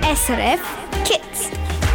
SRF Kids.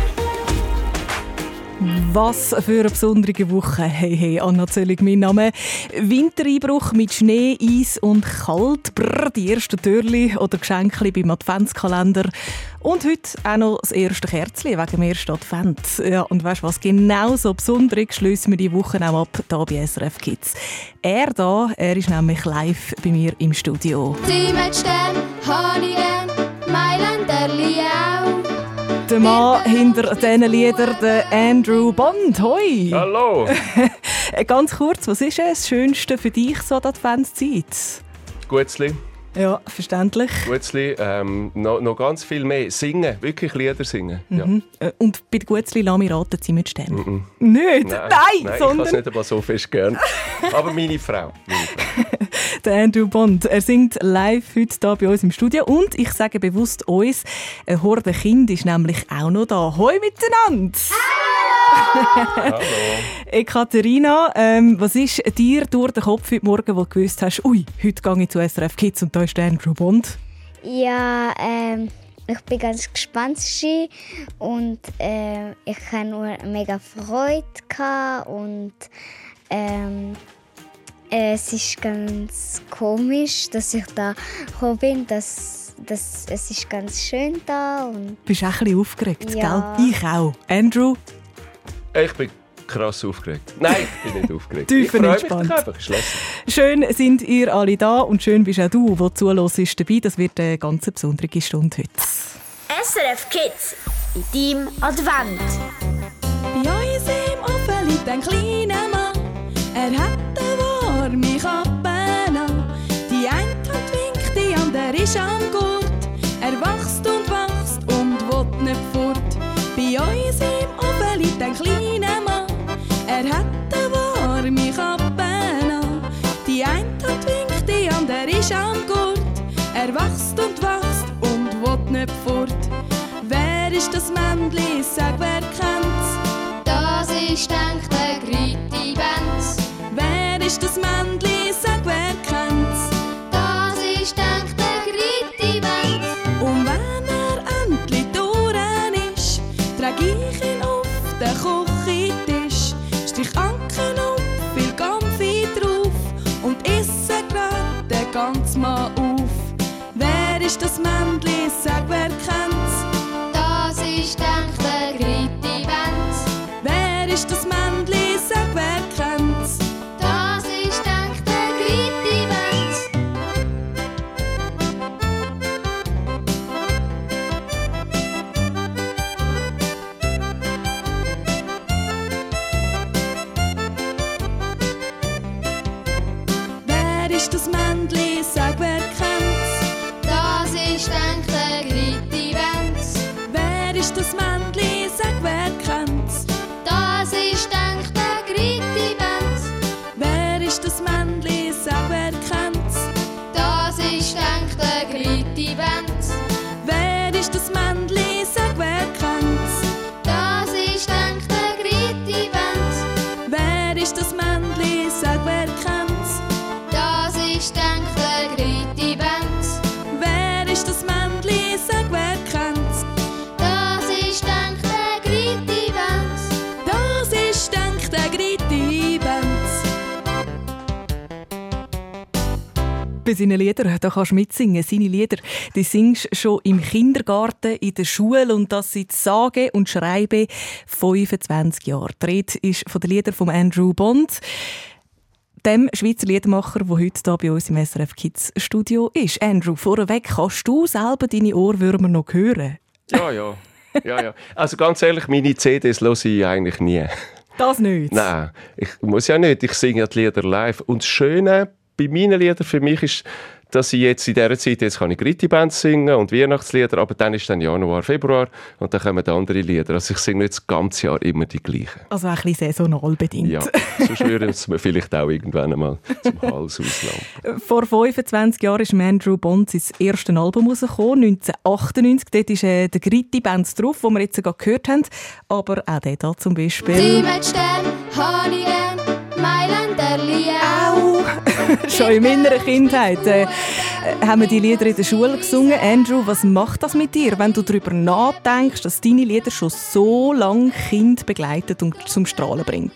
Was für eine besondere Woche. Hey, Anna Zöllig, mein Name. Wintereinbruch mit Schnee, Eis und Kalt. Die ersten Türchen oder Geschenke beim Adventskalender. Und heute auch noch das erste Kerzchen wegen dem ersten Advent. Ja, und weißt du was? Genau so besonders schliessen wir die Woche auch ab hier bei SRF Kids. Er ist nämlich live bei mir im Studio. Sie mit Stern, Honigen, Mailänderli auch. Der Mann hinter diesen Liedern, der Andrew Bond. Hoi! Hallo! Ganz kurz, was ist das Schönste für dich so an der Adventszeit? Gutzli. Ja, verständlich. Gutzli, noch ganz viel mehr. Singen, wirklich Lieder singen. Mhm. Ja. Und bei Gutzli lass mich raten, Sie mit Stern. Mhm. Nicht? Nein, sondern... ich habe es nicht einmal so fest gern. Aber meine Frau. Der Andrew Bond, er singt live heute hier bei uns im Studio. Und ich sage bewusst uns, eine Horde Kind ist nämlich auch noch da. Hoi miteinander! Hallo! Ekaterina, was ist dir durch den Kopf heute Morgen, wo du gewusst hast, ui, heute gehe ich zu SRF Kids und da ist der Andrew Bond? Ja, ich bin ganz gespannt und ich hatte nur mega Freude und es ist ganz komisch, dass ich da gekommen bin, es ist ganz schön da. Und bist du auch ein bisschen aufgeregt, ja. Gell? Ich auch. Andrew? Ich bin krass aufgeregt. Nein, ich bin nicht aufgeregt. Tiefenentspannt. Einfach geschlossen. Schön sind ihr alle da und schön bist auch du, der zuhörst, dabei. Das wird eine ganz besondere Stunde heute. SRF Kids in deinem Advent. Bei uns im Ofen liegt ein kleiner Mann. Er hat eine warme Kappe an. Die eine Hand winkt, die andere ist am Gurt. Er wächst und will nicht fort. Bei uns im Ofen liegt ein kleiner Mann. Er hat eine warme Kappe an. Die eine Hand winkt, die andere ist am Gurt. Er wächst und will nicht fort. Wer ist das Männli? Sag, wer kennt's? Das ist, denkt der Griti Benz. Wer ist das Männli? Sag, wer kennt's? Das ist, denkt der Griti Benz. Und wenn er endlich durch ist, trag ich ihn auf den Küchentisch. Strich Anken und viel Kampfi drauf und esse grad den ganzen Mann auf. Wer ist das Männli? Sag, wer kennt's? Das ist, denkt der Griti Benz. Wer ist das Männli? Sag, wer kennt's? Das ist, denkt der Griti Benz. Wer ist das Männli? Sag, wer kennt's? Das ist, denkt der Griti Benz. Wer ist das Männli? Sag, wer kennt's? Das ist, denkt der Griti Benz. Wer ist das Männli? Sag, wer kennt's? Das ist, denkt der Griti Benz. Wer ist das Männli? Sag, wer kennt's? Das ist, denkt der Griti Benz. Wer ist das Männli? Sag, wer kennt's? Das ist, denkt der Griti Benz. Wer ist das Männli? Sag, wer kennt's? Das ist, denkt der Griti Benz. Das ist, denkt der Griti Benz. Bei seinen Liedern, da kannst du mitsingen. Seine Lieder, die singst du schon im Kindergarten, in der Schule und das seit sage und schreibe 25 Jahre. Die Rede ist von den Liedern von Andrew Bond, dem Schweizer Liedermacher, der heute hier bei uns im SRF Kids Studio ist. Andrew, vorweg, kannst du selber deine Ohrwürmer noch hören? Ja. Also ganz ehrlich, meine CDs höre ich eigentlich nie. Das nicht? Nein, ich muss ja nicht. Ich singe ja die Lieder live. Und das Schöne bei meinen Liedern für mich ist, dass ich jetzt in dieser Zeit, jetzt kann ich Griti-Bands singen und Weihnachtslieder, aber dann ist dann Januar, Februar und dann kommen andere Lieder. Also ich singe nicht das ganze Jahr immer die gleichen. Also ein bisschen saisonal bedingt. Ja, sonst würde es mir vielleicht auch irgendwann einmal zum Hals auslaufen. Vor 25 Jahren ist Andrew Bond sein erstes Album rausgekommen, 1998. Dort ist der Griti-Bands drauf, den wir jetzt gerade gehört haben. Aber auch der da zum Beispiel. Sie mit Stern, Honigen, Mailänderli auch. Schon in meiner Kindheit. haben wir die Lieder in der Schule gesungen. Andrew, was macht das mit dir, wenn du darüber nachdenkst, dass deine Lieder schon so lange Kinder begleitet und zum Strahlen bringt?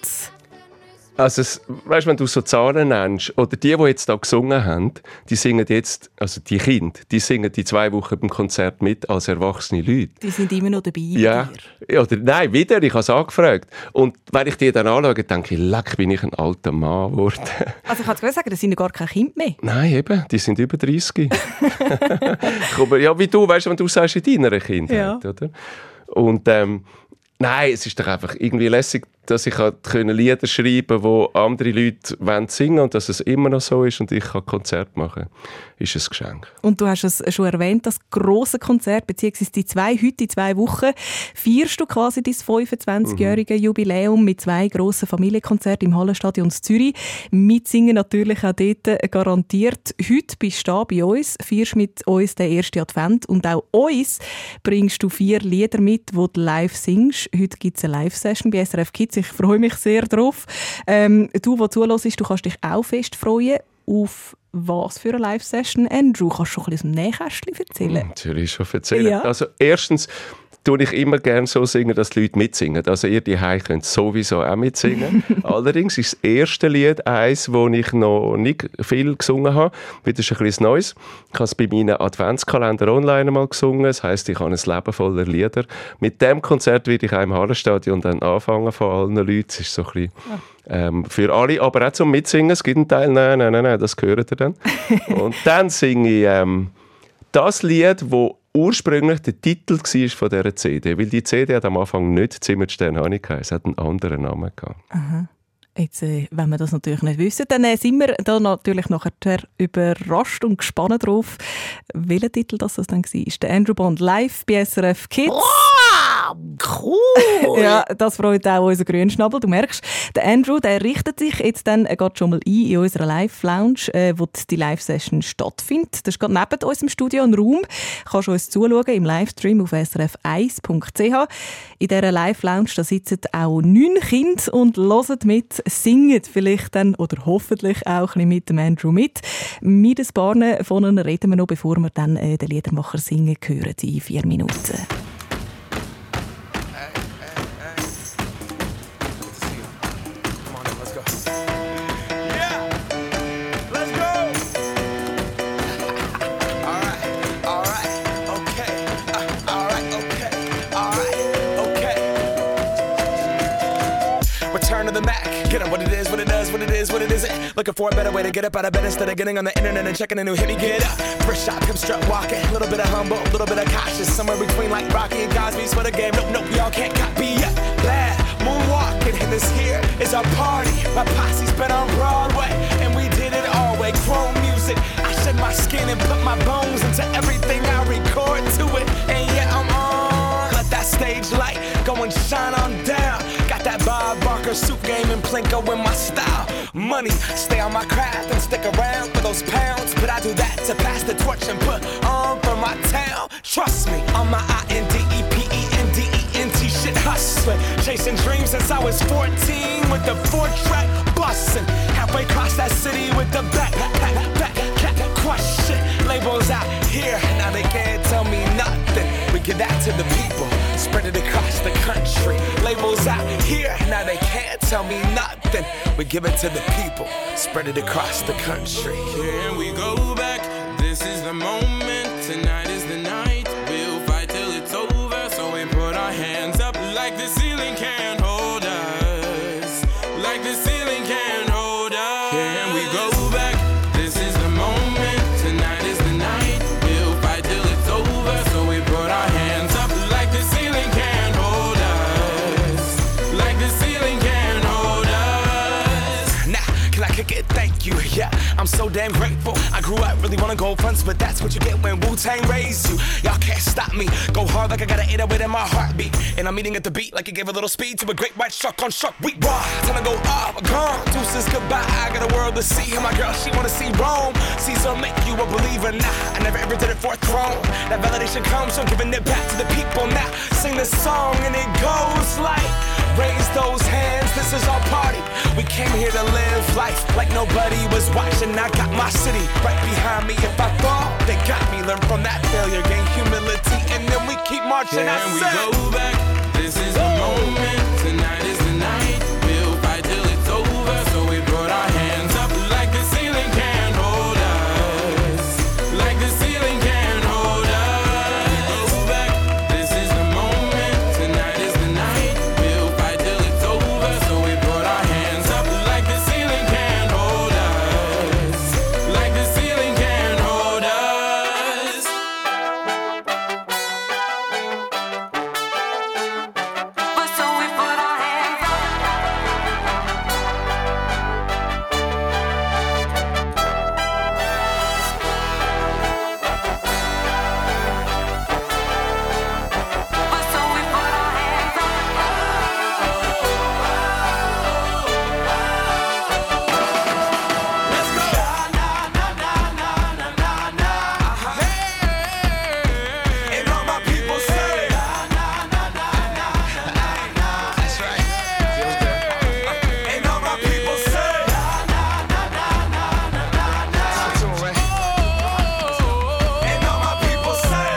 Also, weißt, wenn du so Zahlen nennst, oder die jetzt da gesungen haben, die singen jetzt, also die Kinder, die singen die 2 Wochen beim Konzert mit als erwachsene Leute. Die sind immer noch dabei. Ja, oder nein, wieder, ich habe es angefragt. Und wenn ich die dann anschaue, denke ich, leck, bin ich ein alter Mann geworden. Also ich kann es sagen, das sind ja gar keine Kinder mehr. Nein, eben, die sind über 30. Aber ja, wie du, weißt du, wenn du sagst, in deiner Kindheit, ja. Oder? Und nein, es ist doch einfach irgendwie lässig, dass ich Lieder schreiben konnte, die andere Leute singen wollen und dass es immer noch so ist und ich kann Konzert machen kann, ist ein Geschenk. Und du hast es schon erwähnt, das grosse Konzert, beziehungsweise heute in 2 Wochen, feierst du quasi dein 25-jährige Jubiläum mit 2 grossen Familienkonzerten im Hallenstadion in Zürich. Mitsingen natürlich auch dort garantiert. Heute bist du da bei uns, feierst mit uns den ersten Advent und auch uns bringst du 4 Lieder mit, die du live singst. Heute gibt es eine Live-Session bei SRF Kids. Ich freue mich sehr drauf. Du, der zuhörst, du kannst dich auch fest freuen. Auf was für eine Live-Session? Andrew, kannst du schon ein bisschen aus dem Nähkästchen erzählen? Natürlich schon erzählen. Ja. Also erstens tue ich immer gerne so singen, dass die Leute mitsingen. Also ihr die Hause könnt sowieso auch mitsingen. Allerdings ist das erste Lied eins, das ich noch nicht viel gesungen habe. Das ist ein bisschen Neues. Ich habe es bei meinen Adventskalender online mal gesungen. Das heisst, ich habe ein Leben voller Lieder. Mit diesem Konzert werde ich auch im Hallenstadion dann anfangen von allen Leuten. Es ist so ein bisschen für alle, aber auch zum Mitsingen. Es gibt einen Teil, nein, das hört ihr dann. Und dann singe ich das Lied, das ursprünglich der Titel war von dieser CD, weil die CD hat am Anfang nicht Zimmerstern Honey geheißen, es hat einen anderen Namen gehabt. Aha. Jetzt, wenn wir das natürlich nicht wissen, dann sind wir da natürlich nachher überrascht und gespannt drauf, welcher Titel das dann war. Der Andrew Bond live bei SRF Kids. Wow, cool! Ja, das freut auch unseren Grünschnabel. Du merkst, der Andrew, der richtet sich jetzt dann geht schon mal ein in unserer Live-Lounge, wo die Live-Session stattfindet. Das ist gerade neben uns im Studio ein Raum. Du kannst uns zuschauen im Livestream auf srf1.ch. In dieser Live-Lounge da sitzen auch 9 Kinder und hören mit, singen vielleicht dann oder hoffentlich auch ein bisschen mit dem Andrew mit. Mit ein paar von ihnen reden wir noch, bevor wir dann den Liedermacher singen hören in 4 Minuten. Get up what it is, what it does, what it is, what it isn't. Looking for a better way to get up out of bed instead of getting on the internet and checking a new hit. Me get up, first shot, come strut walking. A little bit of humble, a little bit of cautious. Somewhere between like Rocky and Cosby's for the game. Nope, y'all can't copy yet. Glad moonwalking, and this here is our party. My posse's been on Broadway, and we did it all way. Chrome music, I shed my skin and put my bones into everything I record to it. And yeah, I'm on. Let that stage light go and shine on down. Got that Bob Barker suit game and Plinko in my style. Money, stay on my craft and stick around for those pounds. But I do that to pass the torch and put on for my town. Trust me, on my INDEPENDENT shit hustling. Chasing dreams since I was 14 with the 4-track bustin'. Halfway across that city with the back crush shit. Labels out here, now they can't tell me nothing. We give that to the people, spread it across the country. Labels out here, now they can't tell me nothing. We give it to the people, spread it across the country. Here we go back, this is the moment, tonight is the night. We'll fight till it's over, so we put our hands up like the ceiling can't hold us. Like the ceiling can't hold us. Here we go back, this is the moment, tonight is the night. We'll fight till it's over, so we put our hands up like the ceiling can't hold us. Like the ceiling can't hold us. Now, can I kick it? Thank you, yeah, I'm so damn grateful. I grew up really wanna go fronts, but that that's what you get when Wu-Tang raised you. Y'all can't stop me. Go hard like I got an 808 in my heartbeat. And I'm eating at the beat like it gave a little speed to a great white shark on shark week. Raw, time to go up, gone. Deuces goodbye, I got a world to see. And my girl, she wanna see Rome. Caesar make you a believer. Nah, I never ever did it for a throne. That validation comes from giving it back to the people. Now sing this song and it goes like, raise those hands, this is our party. We came here to live life like nobody was watching. I got my city right behind me. If I fall, they got me. Learn from that failure, gain humility, and then we keep marching. Can we go back? This is the moment. Tonight is the night. We'll fight till it's over. So we put our hands up like the ceiling can't hold us. Like the ceiling can't hold us. Go back. This is the moment. Tonight is the night. We'll fight till it's over. So we put our hands up like the ceiling can't hold us. Like the ceiling can't hold us. So we put our hands up. So we put our hands up. Let's go. And all my people say, that's right. And all my people say, and all my people say,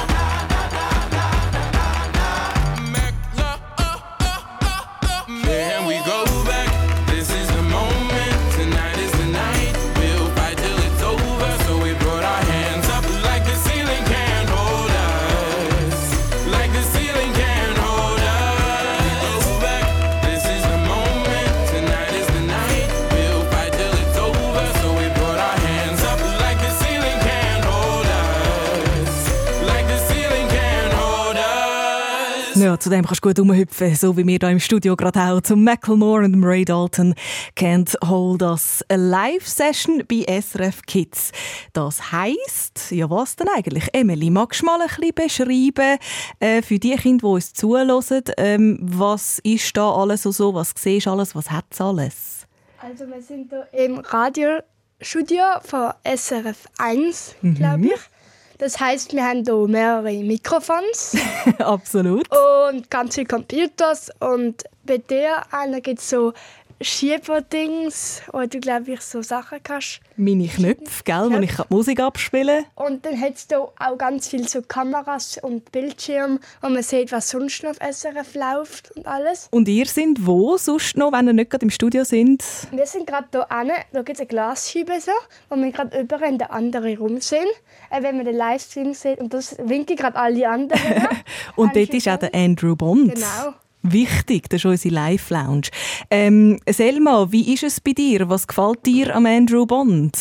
Can we go back? This is the moment. Tonight is the night. We'll fight till it's over. So we put our hands up like the ceiling can't hold us. Like the ceiling can't hold us. Go back. This is the moment. Tonight is the night. We'll fight till it's over. So we put our hands up like the ceiling can't hold us. Like the ceiling can't hold us. Ja, zu dem kannst du gut rumhüpfen, so wie wir hier im Studio gerade auch zum Macklemore und dem Ray Dalton «Can't Hold Us». Eine Live-Session bei SRF Kids. Das heisst, ja was denn eigentlich? Emily, magst du mal ein bisschen beschreiben, für die Kinder, die uns zuhören, was ist da alles so, was siehst du alles, was hat es alles? Also wir sind hier im Radiostudio von SRF 1, glaube ich. Das heisst, wir haben hier mehrere Mikrofons Absolut. und ganz viele Computers. Und bei dir gibt es so Schieberdings, wo du, glaube ich, so Sachen kannst. Meine Knöpfe, gell, wo ich die Musik abspielen kann. Und dann hat es hier auch ganz viele so Kameras und Bildschirme, wo man sieht, was sonst noch auf SRF läuft und alles. Und ihr seid wo sonst noch, wenn ihr nicht gerade im Studio sind? Wir sind gerade hier hinten, da gibt es eine Glasscheibe, so, wo wir gerade über in den anderen Raum sind. Wenn man den Livestream sieht, und das winken gerade alle anderen. Und dort ist auch der Andrew Bond. Genau. Wichtig, das ist unsere Live-Lounge. Selma, wie ist es bei dir? Was gefällt dir am Andrew Bond?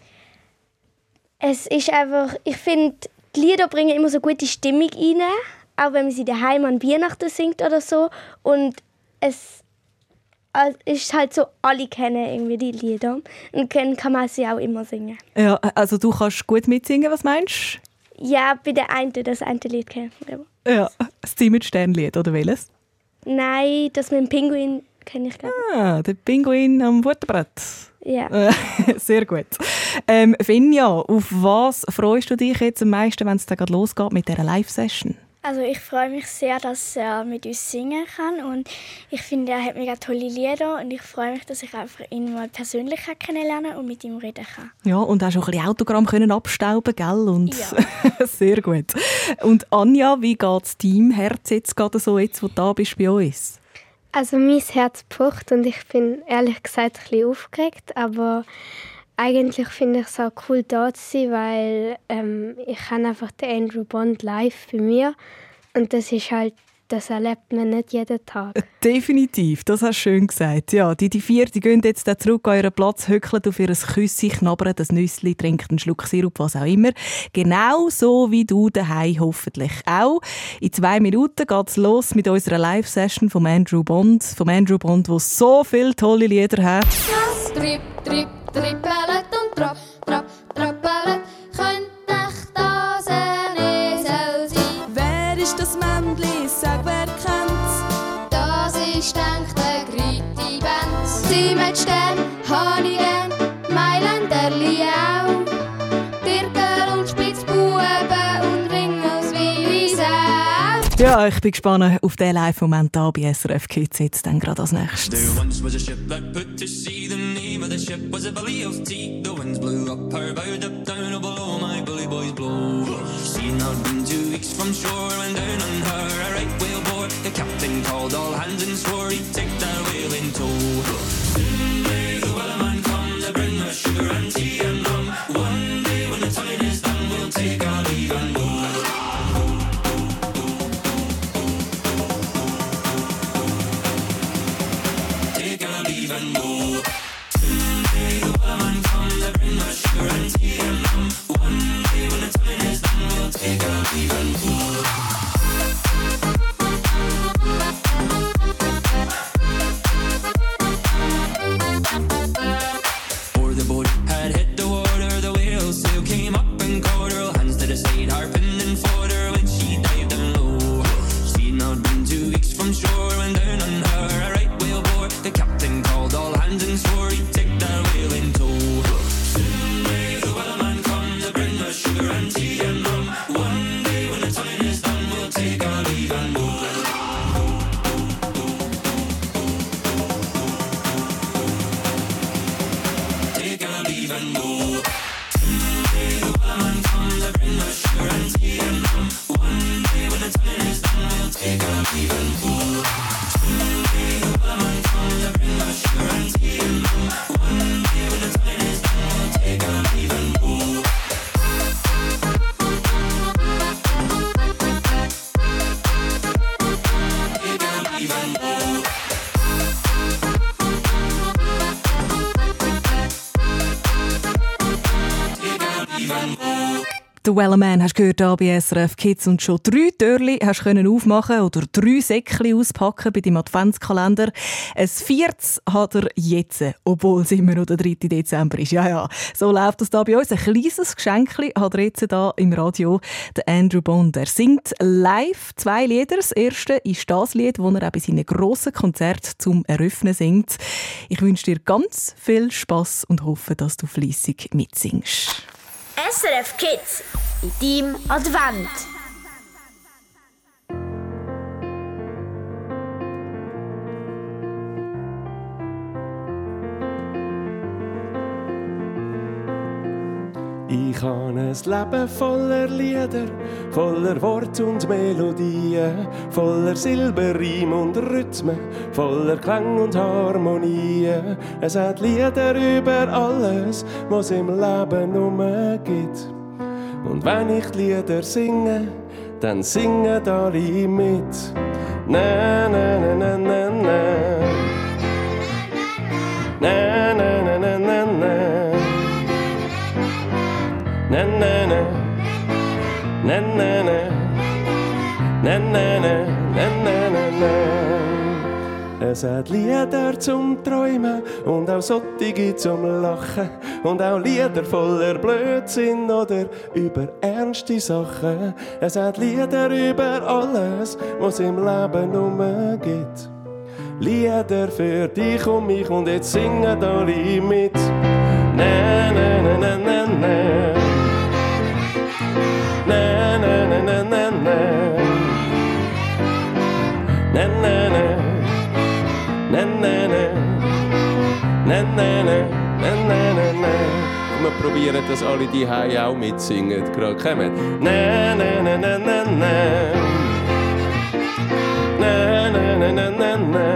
Es ist einfach, ich finde, die Lieder bringen immer so gute Stimmung rein, auch wenn man sie daheim an Weihnachten singt oder so. Und es ist halt so, alle kennen irgendwie die Lieder und dann kann man sie auch immer singen. Ja, also du kannst gut mitsingen, was meinst du? Ja, bei der einen, das eine Lied kenne ich. Ja, das Zimmer-Sternlied, oder welches? Nein, das mit dem Pinguin kenne ich gar nicht. Ah, der Pinguin am Butterbrett. Ja. Sehr gut. Finja, auf was freust du dich jetzt am meisten, wenn es dann gerade losgeht mit dieser Live-Session? Also ich freue mich sehr, dass er mit uns singen kann und ich finde, er hat mega tolle Lieder und ich freue mich, dass ich einfach ihn mal persönlich kennenlernen und mit ihm reden kann. Ja, und auch schon ein bisschen Autogramm können abstauben, gell? Und Ja. Sehr gut. Und Anja, wie geht das Teamherz jetzt gerade so, jetzt, wo du da bist bei uns? Also mein Herz pocht und ich bin ehrlich gesagt ein bisschen aufgeregt, aber eigentlich finde ich es auch cool, da zu sein, weil ich habe einfach den Andrew Bond live bei mir und das ist halt, das erlebt man nicht jeden Tag. Definitiv, das hast du schön gesagt. Ja, die vier, die gehen jetzt zurück an ihren Platz, hückeln auf ihr Küsschen, knabbern das Nüssli, trinken einen Schluck Sirup, was auch immer. Genau so wie du daheim hoffentlich auch. In 2 Minuten geht es los mit unserer Live-Session von Andrew Bond. Der so viele tolle Lieder hat. Trip, trip, trippelet und trapp, trapp, trappelet. Könnte Stern hab ich gern, Mailänderli auch. Dirndl und Spitzbuben und Ringels wie Sau. Ja, ich bin gespannt auf den Live-Moment hier bei SRF Kids jetzt dann gerade als nächstes. There once was a ship that put to sea. The name of the ship was a Billy of Tea. The winds blew up her bow, up down, oh below my bully boys blow. She had not been 2 weeks from shore when down on her a right whale bore. The captain called all hands and swore he'd take that whale in tow. Soon may the wellerman come to bring us sugar and tea and rum. One day when the tide is done, we'll take our leave and go. And go. Soon may the wellerman come to bring us sugar and tea and rum. One day when the time is done, we'll take our leave and go. Before the boat had hit the water, the whale's sail came up and caught her. Hands to the side, harping and fought her when she dived down low. She'd not been 2 weeks from shore when down on her a right whale bore. The captain called all hands and swore he'd take that whale in tow. Soon may the wellerman come to bring us sugar and tea and rum. One day when the time is done, we'll take our leave and go. Take our leave and go. Soon may the wellerman come to bring us sugar and tea and rum. One day when the time is done, we'll take our leave and go. Soon may the wellerman come to bring us sugar and tea and rum. One day when the time is done, we'll take our leave and go. Take our leave and go. Take our leave and go. Der Wellerman hast du gehört hier bei SRF Kids und schon 3 Türchen hast du aufmachen oder 3 Säckchen auspacken bei deinem Adventskalender. Ein 4. hat er jetzt, obwohl es immer noch der 3. Dezember ist. Ja, so läuft das da bei uns. Ein kleines Geschenkchen hat er jetzt hier im Radio, der Andrew Bond. Er singt live 2 Lieder. Das erste ist das Lied, das er auch bei seinen grossen Konzerten zum Eröffnen singt. Ich wünsche dir ganz viel Spass und hoffe, dass du fleissig mitsingst. SRF Kids in deinem Advent. Ich habe ein Leben voller Lieder, voller Wort und Melodien, voller Silberreim und Rhythmen, voller Klang und Harmonien. Es hat Lieder über alles, was im Leben umgeht. Und wenn ich die Lieder singe, dann singen alle mit. Na na na na na na. Na na na na na na. Na na na, na na na, na na na, na na na na. Es hat Lieder zum Träumen und auch solche zum Lachen und auch Lieder voller Blödsinn oder über ernste Sachen. Es hat Lieder über alles, was im Leben umgeht. Lieder für dich und mich und jetzt singen alle mit. Na na na na na na. Na na na na na na. Na na na. Na na na. Na na na. Na na na na. Wir probieren, dass alle die Hause auch mitsingen. Gerade kommen. Na na na na na na. Na na na na na na.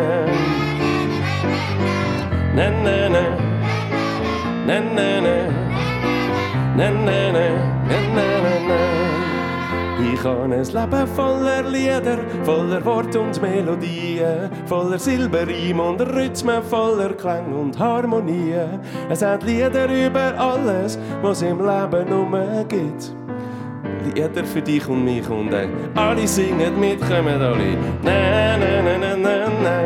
Na na na. Na na na. Na na na. Na na na. Ich habe ein Leben voller Lieder, voller Wort und Melodien, voller Silberreim und Rhythmen, voller Klang und Harmonien. Es hat Lieder über alles, was im Leben umgeht. Lieder für dich und mich und alle singen mit, kommen alle. Na na na na na na.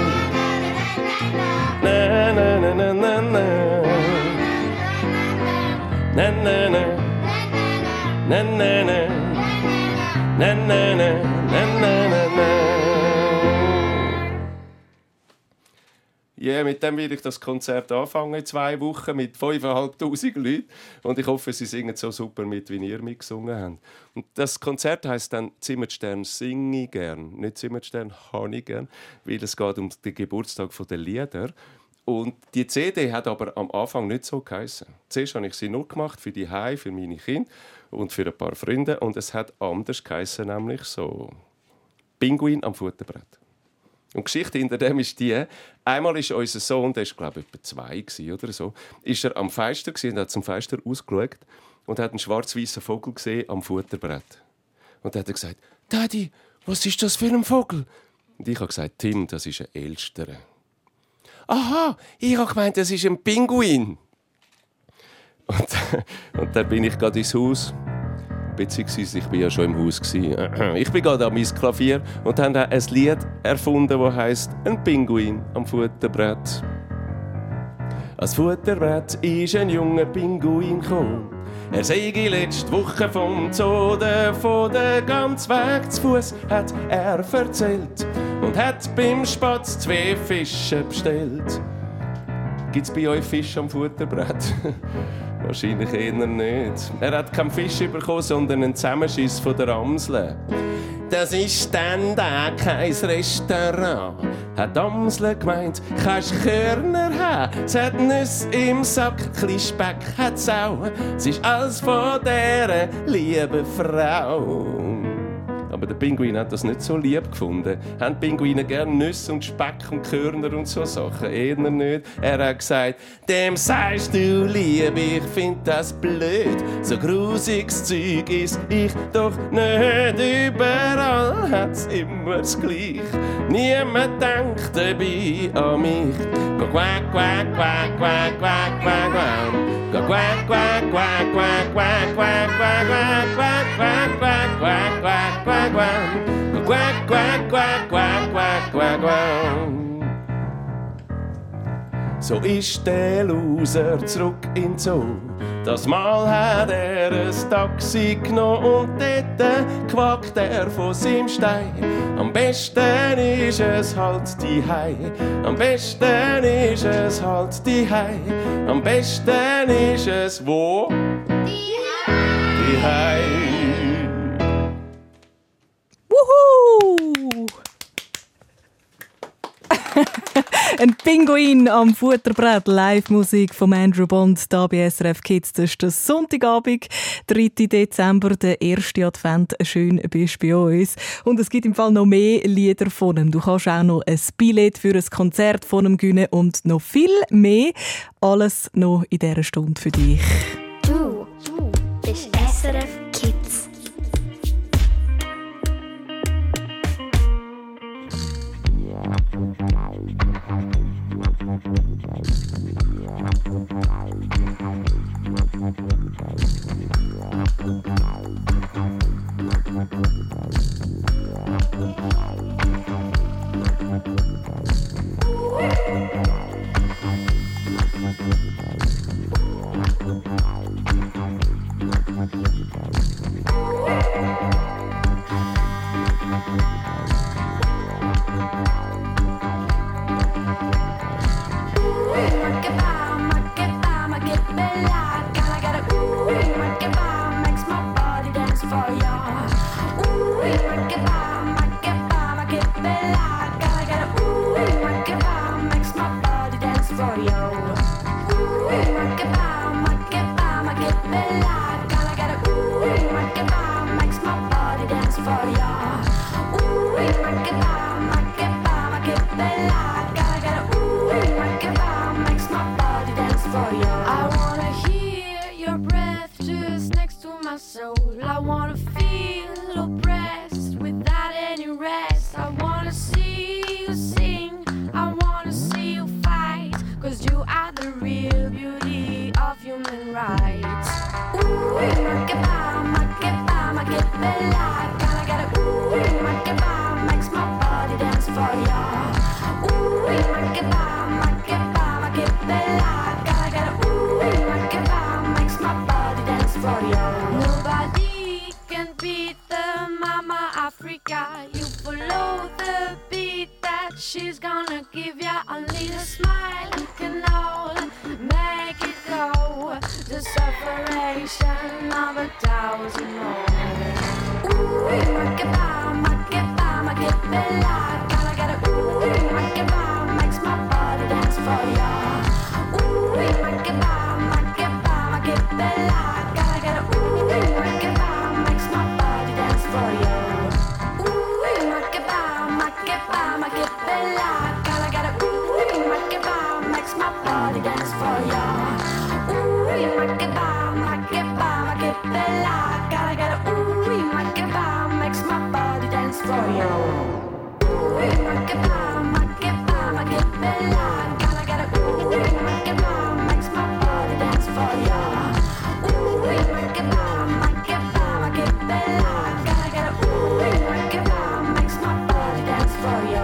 Na na na na na na. Na na na. Na na na. Na na na, na na na na. Ja, mit dem will ich das Konzert anfangen in 2 Wochen mit 5'500 Leuten. Und ich hoffe, sie singen so super mit, wie ihr mitgesungen habt. Und das Konzert heisst dann «Zimmerstern singe ich gern». Nicht «Zimmerstern habe ich gern», weil es geht um den Geburtstag der Lieder. Und die CD hat aber am Anfang nicht so geheissen. Zuerst habe ich sie nur gemacht für die Hause, für meine Kinder und für ein paar Freunde. Und es hat anders geheissen, nämlich so «Pinguin am Futterbrett». Und die Geschichte hinter dem ist die: Einmal ist unser Sohn, der war glaube ich etwa 2 oder so, ist er am Fenster und hat zum Fenster ausgeschaut und hat einen schwarz-weißen Vogel gesehen am Futterbrett. Und dann hat er gesagt: «Daddy, was ist das für ein Vogel?» Und ich habe gesagt: «Tim, das ist ein Elster.» «Aha, ich habe gemeint, das ist ein Pinguin.» Und dann bin ich gerade ins Haus. Beziehungsweise ich war ja schon im Haus. Ich bin gerade an mein Klavier und habe ein Lied erfunden, das heisst «Ein Pinguin am Futterbrett». Als Futterbrett ist ein junger Pinguin gekommen. Er sei letzte Woche vom Zoo von der ganzen Weg zu Fuß, hat er erzählt. Und hat beim Spatz 2 Fische bestellt. Gibt's bei euch Fisch am Futterbrett? Wahrscheinlich eher nicht. Er hat keinen Fisch bekommen, sondern einen Zusammenschiss von der Amsel. «Das ist dann da kein Restaurant», hat Amsel gemeint, «kannst Körner haben, es hat Nüsse im Sack, chli Speck hat's auch, es ist alles von dieser lieben Frau.» Aber der Pinguin hat das nicht so lieb gefunden. Haben Pinguine gerne Nüsse und Speck und Körner und so Sachen? Eher nicht. Er hat gesagt: «Dem sagst du lieb, ich find das blöd. So grusiges Zeug is ich doch nicht. Überall hat's immer das Gleich. Niemand denkt dabei an mich. Quack, quack, quack, quack, quack, quack, quack. Quack, quack, quack, quack, quack, quack, quack, quack, quack, quack, quack, quack, quack, quack, quack, quack, quack, quack, quack, quack. So ist der Loser zurück in den Zoo. Das Mal hat er ein Taxi genommen und dort quackt er von seinem Stein. Am besten ist es halt die Hei. Am besten ist es halt die Hei. Am besten ist es wo? Die Hei. Wuhu! Ein Pinguin am Futterbrett. Live-Musik von Andrew Bond hier bei SRF Kids. Das ist der Sonntagabend, 3. Dezember, der 1. Advent. Schön bist du bei uns. Und es gibt im Fall noch mehr Lieder von ihm. Du kannst auch noch ein Billett für ein Konzert von ihm gewinnen und noch viel mehr. Alles noch in dieser Stunde für dich. Du bist SRF Kids. I wanna feel oppressed without bella. Gotta get it, ooh, make it bomb, makes my body dance for ya. Ooh, make it bomb, make it bomb, make it bella. Gotta get it, ooh, make it bomb, makes my body dance for ya. Ooh, make it bomb, make it bomb, make it bella. Gotta get it, ooh, make it bomb, makes my body dance for ya. Ooh, make it bomb, make it bomb, make it bella. Gotta get it, ooh, make it bomb, makes my body dance for ya. Ooh, make it bomb, make it bomb, make it bella. Gotta get it, ooh, make it bomb, makes my body dance for ya. Ooh, make it bomb, make it bomb, make it bella. Gotta get it, ooh, make it bomb, makes my body dance for ya.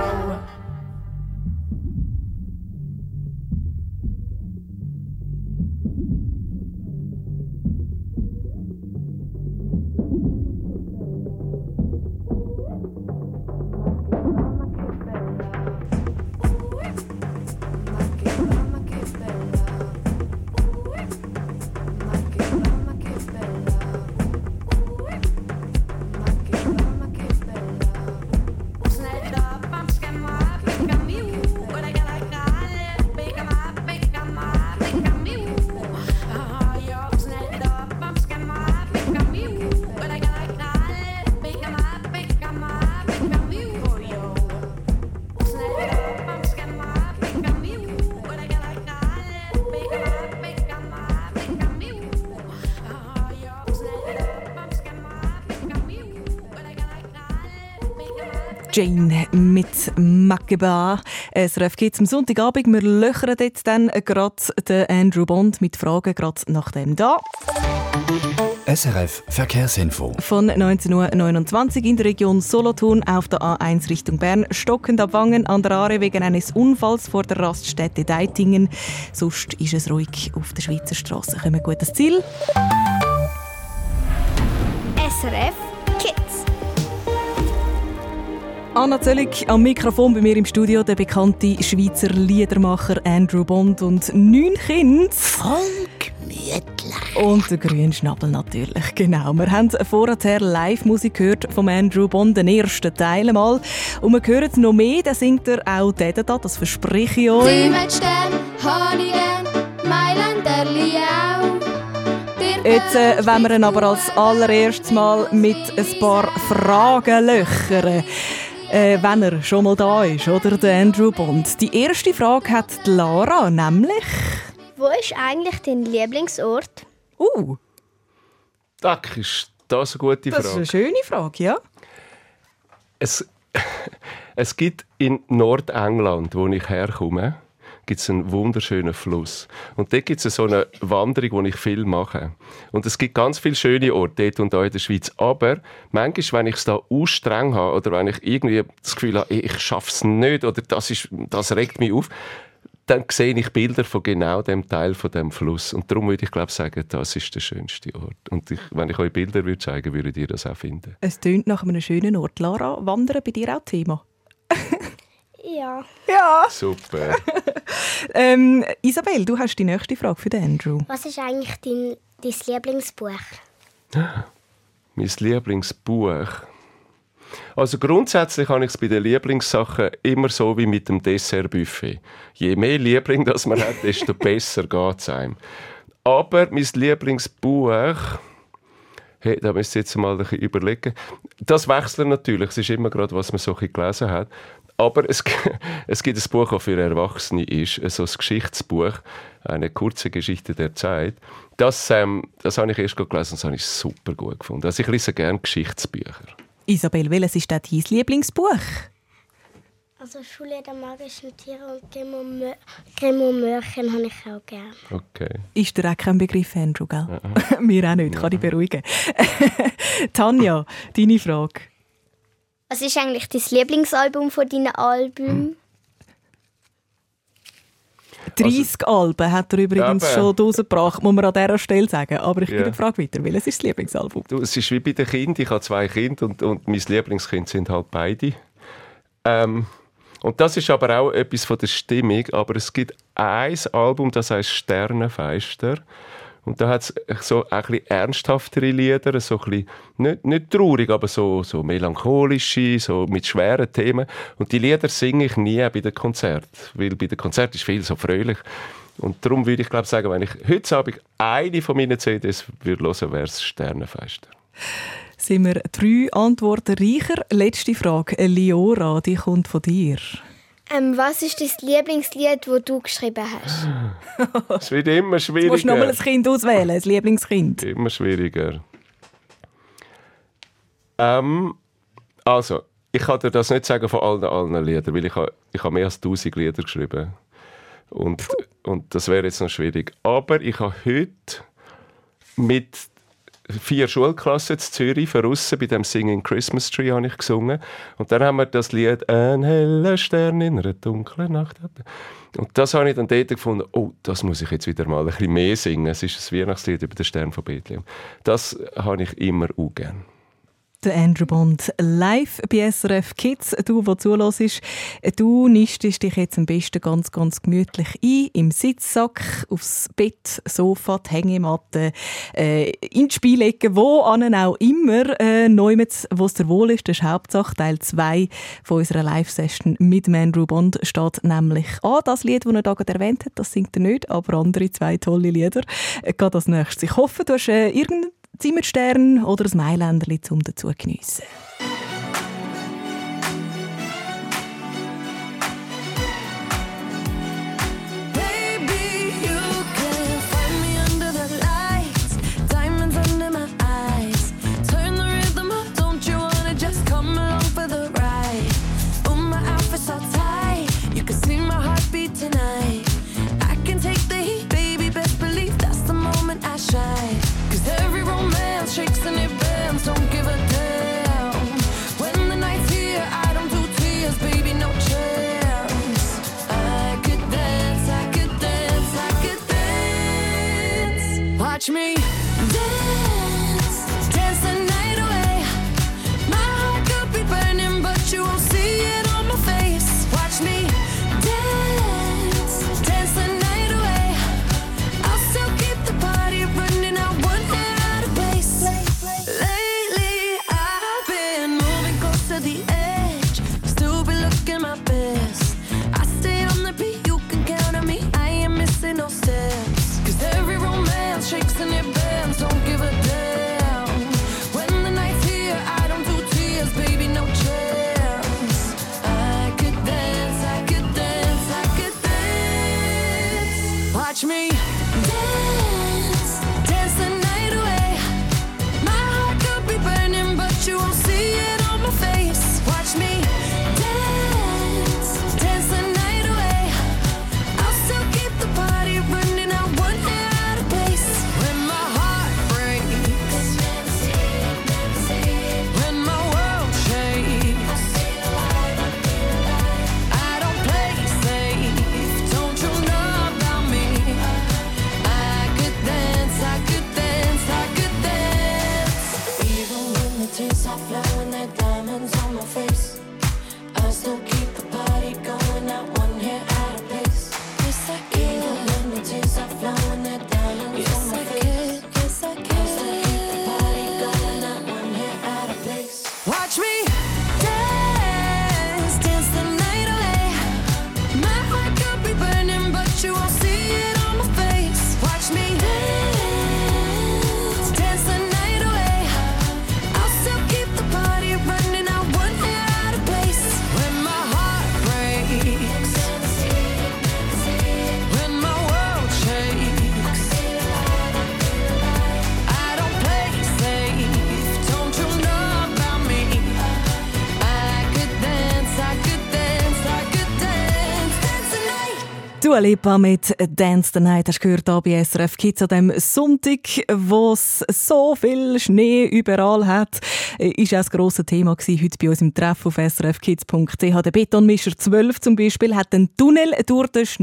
Jane mit Makeba. SRF Kids am Sonntagabend. Wir löchern jetzt dann gerade den Andrew Bond mit Fragen, gerade nach dem da. SRF Verkehrsinfo. Von 19.29 Uhr in der Region Solothurn auf der A1 Richtung Bern. Stockend ab Wangen an der Aare wegen eines Unfalls vor der Raststätte Deitingen. Sonst ist es ruhig auf der Schweizer Straße. Kommen wir gut ans Ziel. SRF Kids. Anna Zöllig am Mikrofon bei mir im Studio, der bekannte Schweizer Liedermacher Andrew Bond und 9 Kinder. Gemütlich. Und der grüne Schnabel natürlich, genau. Wir haben vorher Live-Musik gehört vom Andrew Bond, den ersten Teil einmal. Und wir hören noch mehr, dann singt er auch den da, das verspreche ich euch. Sie mit Stern, Honigen, Mailänderli auch. Jetzt wollen wir ihn aber als allererstes mal mit ein paar Fragen löchern. Wenn er schon mal da ist, oder? Der Andrew Bond. Die erste Frage hat die Lara, nämlich... Wo ist eigentlich dein Lieblingsort? Danke, ist das eine gute Frage? Das ist eine schöne Frage, ja. Es gibt in Nordengland, wo ich herkomme, gibt's einen wunderschönen Fluss. Und dort gibt es so eine Wanderung, die ich viel mache. Und es gibt ganz viele schöne Orte dort und da in der Schweiz. Aber manchmal, wenn ich es da streng habe oder wenn ich irgendwie das Gefühl habe, ich schaffe es nicht oder das regt mich auf, dann sehe ich Bilder von genau dem Teil von dem Fluss. Und darum würde ich glaube sagen, das ist der schönste Ort. Und wenn ich euch Bilder würde zeigen, würdet ihr das auch finden. Es tönt nach einem schönen Ort. Lara, Wandern bei dir auch Thema? Ja. Ja. Super. Isabel, du hast die nächste Frage für den Andrew. Was ist eigentlich dein Lieblingsbuch? Mein Lieblingsbuch? Also grundsätzlich habe ich es bei den Lieblingssachen immer so wie mit dem Dessertbuffet. Je mehr Liebling das man hat, desto besser geht es einem. Aber mein Lieblingsbuch, da müsst ihr jetzt mal ein bisschen überlegen. Das wechselt natürlich, es ist immer gerade, was man so ein bisschen gelesen hat. Aber es gibt ein Buch, das für Erwachsene ist, so ein Geschichtsbuch, eine kurze Geschichte der Zeit. Das habe ich erst gelesen und das habe ich super gut gefunden. Also ich lese gerne Geschichtsbücher. Isabel, welches ist dein Lieblingsbuch? Also Schule der magischen Tiere und Grimm und Märchen habe ich auch gerne. Okay. Ist dir auch kein Begriff, Andrew, gell? Mir auch nicht, kann ich beruhigen. Tanja, deine Frage. Was ist eigentlich dein Lieblingsalbum von deinen Alben? 30 Alben hat er übrigens schon rausgebracht, muss man an dieser Stelle sagen. Aber ich gebe die Frage weiter. Welches ist das Lieblingsalbum? Es ist wie bei den Kindern. Ich habe 2 Kinder und mein Lieblingskind sind halt beide. Und das ist aber auch etwas von der Stimmung. Aber es gibt ein Album, das heisst «Sternenfeister», Und da hat es so ein bisschen ernsthaftere Lieder, so ein bisschen, nicht traurig, aber so melancholische, so mit schweren Themen. Und die Lieder singe ich nie bei den Konzerten, weil bei den Konzerten ist viel so fröhlich. Und darum würde ich glaube sagen, wenn ich heute Abend eine von meinen CDs würde hören, wäre es «Sternenfeister». Sind wir 3 Antworten reicher? Letzte Frage. Liora, die kommt von dir. Was ist dein Lieblingslied, das du geschrieben hast? Es wird immer schwieriger. Du musst nochmal ein Kind auswählen, ein Lieblingskind. Immer schwieriger. Also, ich kann dir das nicht sagen von allen Liedern, weil ich habe mehr als 1000 Lieder geschrieben. Und das wäre jetzt noch schwierig. Aber ich habe heute mit 4 Schulklassen in Zürich verrissen, bei dem Singing Christmas Tree habe ich gesungen. Und dann haben wir das Lied «Ein heller Stern in einer dunklen Nacht». Und das habe ich dann dort gefunden, oh, das muss ich jetzt wieder mal ein bisschen mehr singen. Es ist ein Weihnachtslied über den Stern von Bethlehem. Das habe ich immer auch gerne. Der Andrew Bond live bei SRF Kids. Du, der zuhörst, du nistest dich jetzt am besten ganz, ganz gemütlich ein, im Sitzsack, aufs Bett, Sofa, die Hängematte, in die Spielecke, wo auch immer, neumetz, wo es dir wohl ist. Das ist Hauptsache. Teil 2 von unserer Live-Session mit Andrew Bond steht nämlich an. Das Lied, das er da gerade erwähnt hat, das singt er nicht, aber andere 2 tolle Lieder. Geht als nächstes. Ich hoffe, du hast irgendeinen Zimmerstern oder ein Mailänderli zum dazu geniessen. Shakes and it bends, don't give a damn. When the night's here, I don't do tears, baby, no chance. I could dance, I could dance, I could dance. Watch me dance, dance the night away. My heart could be burning, but you won't see it on my face. Watch me dance, dance the night away. I'll still keep the party running, I won't hair out of place. Lately, I've been moving close to the edge. Still be looking my best. I stay on the beat, you can count on me. I ain't missing no steps. 'Cause every romance shakes and it bends, don't give a damn. When the night's here, I don't do tears, baby, no chance. I could dance, I could dance, I could dance. Watch me dance, dance the night away. My heart could be burning, but you won't see it on my face. Watch me dance, dance the night away. I'll still keep the party running, I won't hair out of place. When my heart breaks, when my world shakes, I don't play safe, don't you know about me? I could dance, I could dance, I could dance. Even when the tears are flowing, they're diamonds on my face, I still keep the party going, not one hair out of place. Yes, I can. Even when the tears are flowing, they're diamonds on my face. Yes, I can. I still keep the party going, not one hair out of place. Watch me dance, dance the night away. My heart could be burning, but you won't see it on my face. Watch me dance, dance the night away. I'll still keep the party running, I won't hair out of place. When my heart breaks, when my world shakes, I don't play safe, don't you know about me? I could dance, I could dance, I could dance, dance the night. Dua Lipa mit «Dance the Night» hast du gehört hier bei SRF Kids an dem Sonntag, wo es so viel Schnee überall hat. Ist auch das grosse Thema gewesen, heute bei uns im Treff auf srfkids.ch. Der Betonmischer 12 zum Beispiel hat einen Tunnel durch den Schnee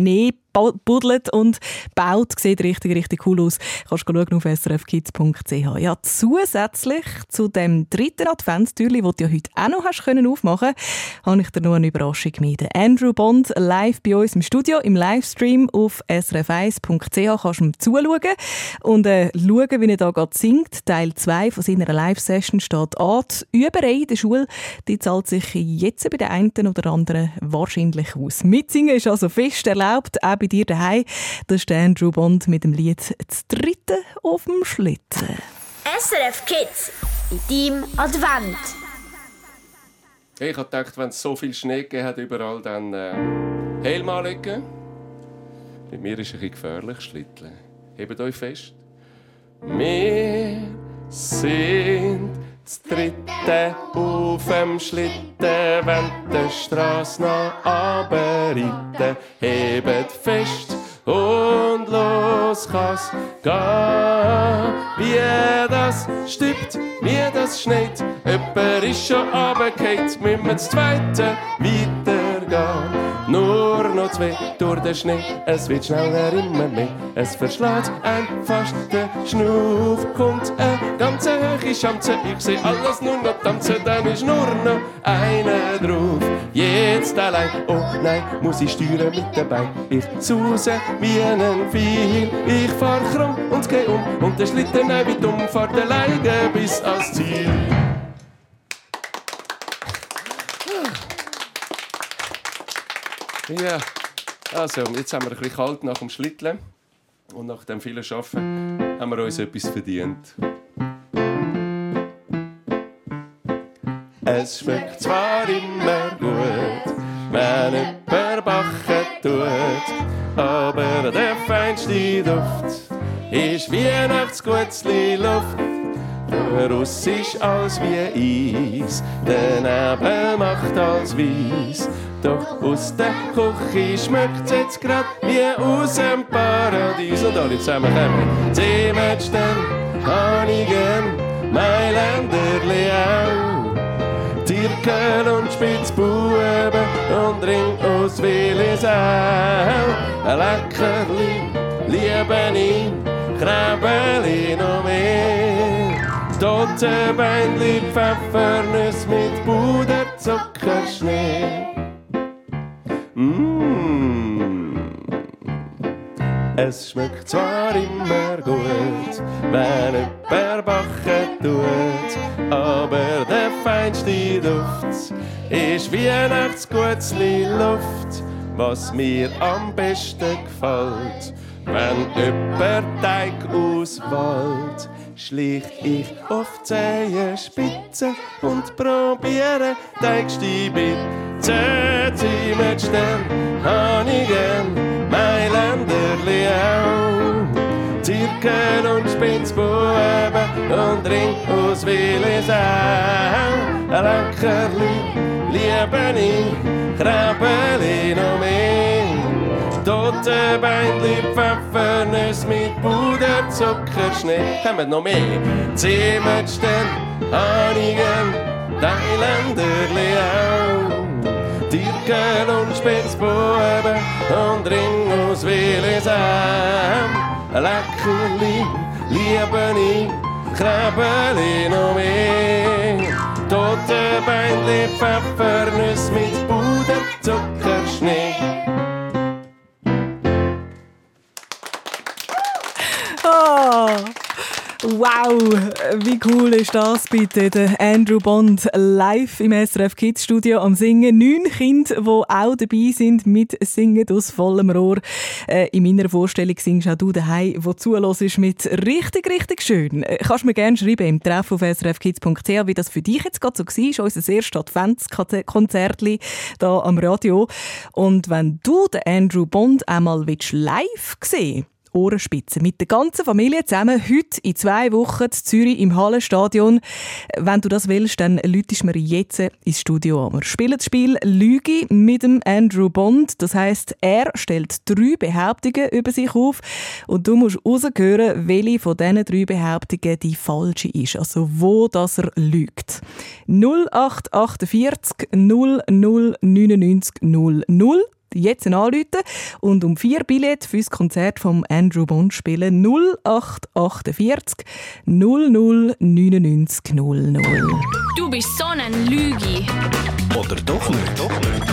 buddelt und baut. Sieht richtig, richtig cool aus. Kannst du schauen auf srfkids.ch. Ja, zusätzlich zu dem 3. Adventstürli, das du ja heute auch noch hast aufmachen können, habe ich dir noch eine Überraschung mit. Andrew Bond live bei uns im Studio, im Livestream auf srf1.ch kannst du ihm zuschauen und schauen, wie er da gerade singt. Teil 2 von seiner Live-Session steht an. Die Überei in der Schule, die zahlt sich jetzt bei den einen oder anderen wahrscheinlich aus. Mitsingen ist also fest erlaubt, auch bei dir daheim. Das ist der Andrew Bond mit dem Lied «Das Dritte auf dem Schlitten». SRF Kids in deinem Advent. Ich habe gedacht, wenn es so viel Schnee gegeben hat überall, dann Helm anlegen. Bei mir ist es ein bisschen gefährlich, Schlitteln. Hebt euch fest. Wir sind das Dritte auf dem Schlitten, wenn die Strasse nach runterreiten. Hebt fest und los kann's gehen. Wie das stübt, wie das schneit, jemand ist schon runtergefallen, müssen wir das Zweite weitergehen. Nur noch 2 durch den Schnee, es wird schneller immer mehr. Es verschlägt ein fast der Schnuff, kommt eine ganz hohe Schanze. Ich seh alles nur noch tanzen, dann ist nur noch einer drauf. Jetzt allein, oh nein, muss ich steuern mit dabei. Ich sause wie ein Pfeil, ich fahr krumm und geh und der Schlitten wie dumm fährt alleine bis ans Ziel. Ja, also jetzt haben wir ein bisschen kalt nach dem Schlitteln und nach dem vielen Arbeiten haben wir uns etwas verdient. Es schmeckt zwar immer gut, wenn jemand backen tut, aber der feinste Duft ist Weihnachtsgutzli Luft. Russisch als wie Eis, der Nebel macht als weiss. Doch aus der Küche schmeckt's jetzt grad wie aus dem Paradies. Und alle zusammen kommen. Zimmerstern, Hanigen, Mailänderli auch. Tirkel und Spitzbuben und Ring aus Willisau. Ein Leckerli, Liebeni, Krebeli noch mehr. Totenbeinli, Pfeffernüsse mit Puder, Zucker, Schnee. Es schmeckt zwar immer gut, wenn jemand backen tut, aber der feinste Duft ist Weihnachtsgutzli Luft, was mir am besten gefällt. Wenn jemand Teig auswählt, schleicht ich auf die Zehenspitze und probiere Teigstiebe. Zimmerstern, Hanigen, Mailänderli auch. Tirkel und Spitzbuben und Ring aus Willisau. Ein Leckerli, Liebeni, Krebeli noch mehr. Totenbeinli, Pfeffernüsse mit Puder, Zucker, Schnee. Kommen noch mehr. Zimmerstern, Hanigen, Mailänderli auch. Tirkel und Spitzbuben und Ring aus Willisau. Ein Leckerli, Liebeni, Krebeli noch mehr. Totenbeinli, Pfeffernüsse mit Puder, Zucker, Schnee. Oh, wow, wie cool ist das bitte? Der Andrew Bond live im SRF Kids Studio am Singen. 9 Kinder, die auch dabei sind mit Singen aus vollem Rohr. In meiner Vorstellung singst auch du daheim, wo zuhörst mit richtig, richtig schön. Kannst mir gerne schreiben im Treff auf srfkids.ch, wie das für dich jetzt gerade so war, unser erstes Adventskonzert hier am Radio. Und wenn du den Andrew Bond einmal live sehen willst, Ohrenspitzen mit der ganzen Familie zusammen, heute in 2 Wochen in Zürich im Hallenstadion. Wenn du das willst, dann läutest mir jetzt ins Studio an. Wir spielen das Spiel Lüge mit dem Andrew Bond. Das heisst, er stellt 3 Behauptungen über sich auf und du musst raushören, welche von diesen 3 Behauptungen die falsche ist. Also wo das er lügt. 0848 00 99 00 jetzt anrufen und um 4 Billette für das Konzert von Andrew Bond spielen. 0848 00 99 00. Du bist so ein Lügi. Oder doch nicht?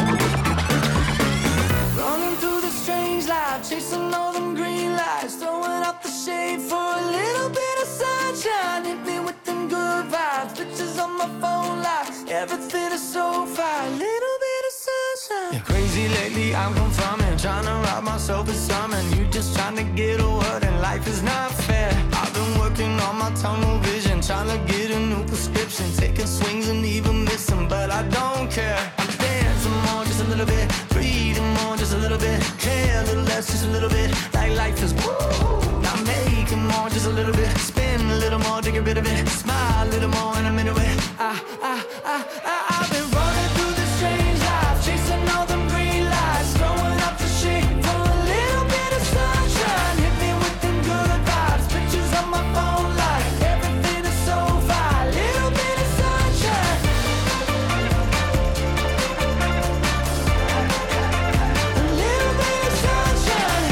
Running through the strange life, chasing all them green lights, throwing up the shade for a little bit of sunshine. Hit me with them good vibes, pictures on my phone lights. Everything is so fine, little bit of sunshine. Yeah, crazy lately, I'm confirming, trying to rob myself of something. You just trying to get a word, and life is not fair. I've been working on my tunnel vision, trying to get a new prescription, taking swings and even missing, but I don't care. I'm dancing more, just a little bit, breathing more, just a little bit, care a little less, just a little bit, like life is woo. I'm making more, just a little bit, spin a little more to get rid of it, smile a little more and I'm into it. I've been running through this strange life, chasing all them green lights, throwing up the shade for a little bit of sunshine. Hit me with them good vibes, pictures on my phone light, everything is so fine, little bit of sunshine. A little bit of sunshine.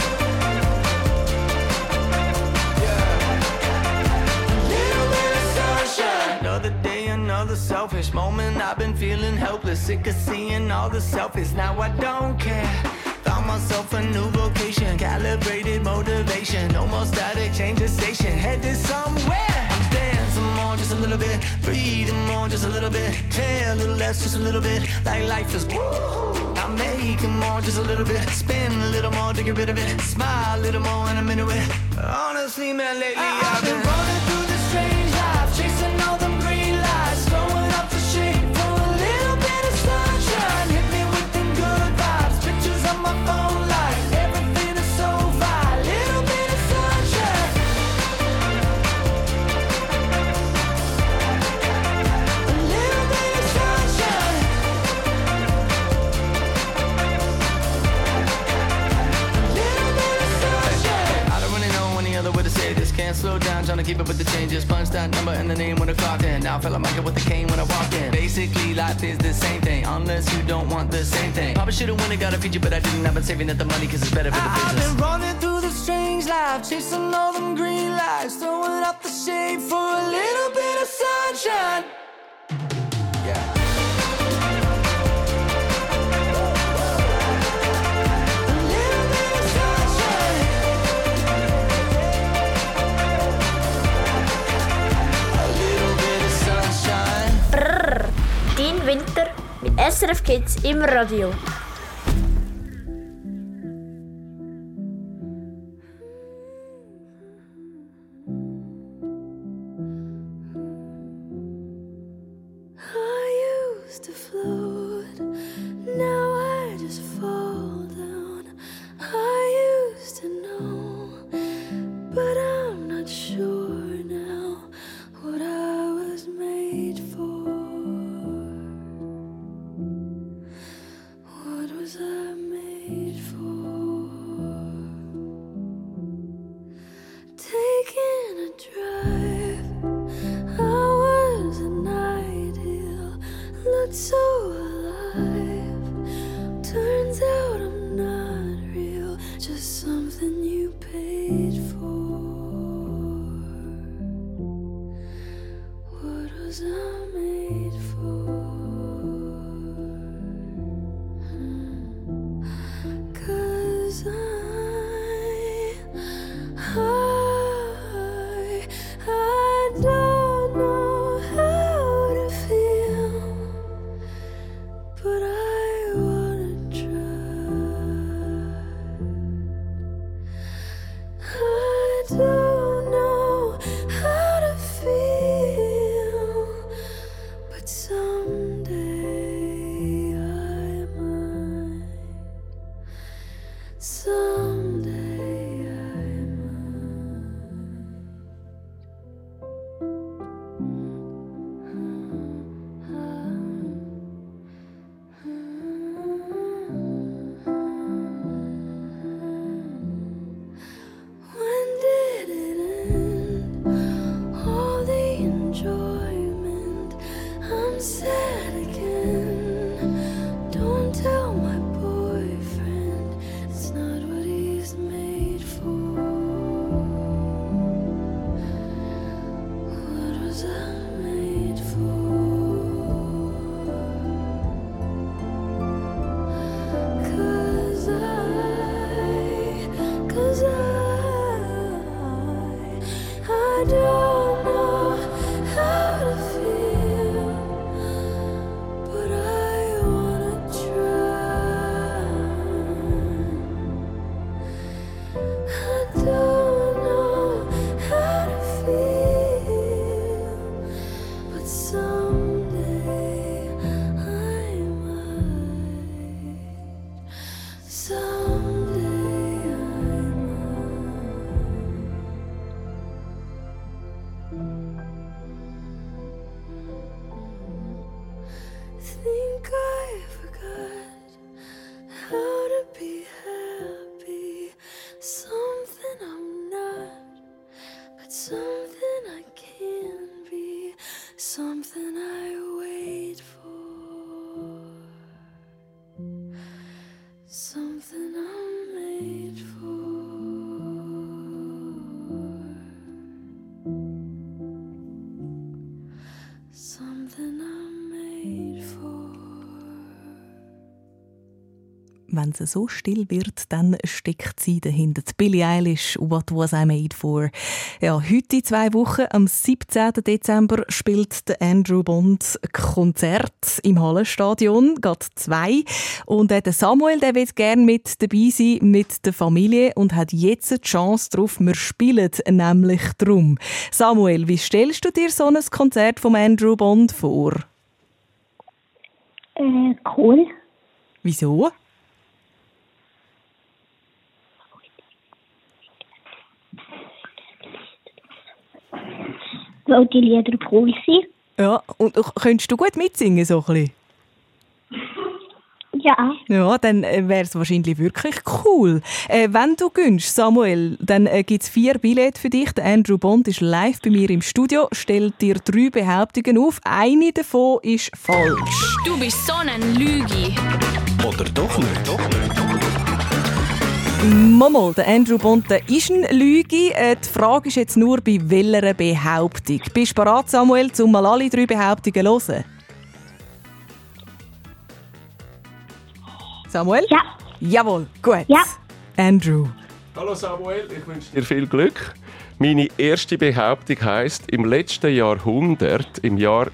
Little bit of sunshine. Another day, another selfish moment. I've been feeling helpless, sick of seeing all the selfies. Now I don't care. Found myself a new vocation, calibrated motivation. No more static, change the station, headed somewhere. I'm dancing more, just a little bit, breathing more, just a little bit, care a little less, just a little bit, like life is woo. I'm making more, just a little bit, spin a little more to get rid of it, smile a little more and I'm into it. Honestly, man, lately I've been running through this strange life, chasing all them green lights, throwing up the shade for a little bit of sunshine. Hit me with them good vibes, pictures on my phone light, everything is so fine, little bit of sunshine. A little bit of sunshine. A little bit of sunshine. I don't really know any other way to say this. Can't slow down, trying to keep up with the changes. Punch that number and the name when I clocked in. Now I feel like Michael with the cane when I walked in. Basically, life is the same thing, unless you don't want the same thing. Probably should've won and got a feature, but I didn't. I've been saving up the money cause it's better for the business. I've been running through the strange life, chasing all them green lights, throwing up the shade for a little bit of sunshine. Yeah. Dein Winter mit SRF Kids im Radio. I used to float, now I just fall down. I used to know, but I'm not sure now what I was made for. What was I made for? Taking a drive, I was an ideal, looked so alive. Turns out I'm not real, just something you paid for. What was I made for? 'Cause I don't know how to feel, but I wanna try. I don't know how to feel, but someday I might. Someday I When did it end? All the enjoyment I'm sad. made for. Something I'm made for. Wenn es so still wird, dann steckt sie dahinter. Die Billie Eilish, «What Was I Made For». Ja, heute in 2 Wochen, am 17. Dezember, spielt der Andrew Bond Konzert im Hallenstadion, gerade 2. Und der Samuel, der will gerne mit dabei sein, mit der Familie, und hat jetzt eine Chance drauf. Wir spielen nämlich drum. Samuel, wie stellst du dir so ein Konzert von Andrew Bond vor? Cool. Wieso? Weil die Lieder cool sind. Ja, und könntest du gut mitsingen, so ein bisschen? Ja. Ja, dann wäre es wahrscheinlich wirklich cool. Wenn du gönnst, Samuel, dann gibt es 4 Billette für dich. Der Andrew Bond ist live bei mir im Studio, stellt dir 3 Behauptungen auf. Eine davon ist falsch. Du bist so ein Lügi. Oder doch nicht? Mal, der Andrew Bond der ist ein Lüge. Die Frage ist jetzt nur, bei welcher Behauptung. Bist du bereit, Samuel, um mal alle 3 Behauptungen zu hören? Samuel? Ja. Jawohl, gut. Ja. Andrew. Hallo Samuel, ich wünsche dir viel Glück. Meine erste Behauptung heisst, im letzten Jahrhundert, im Jahr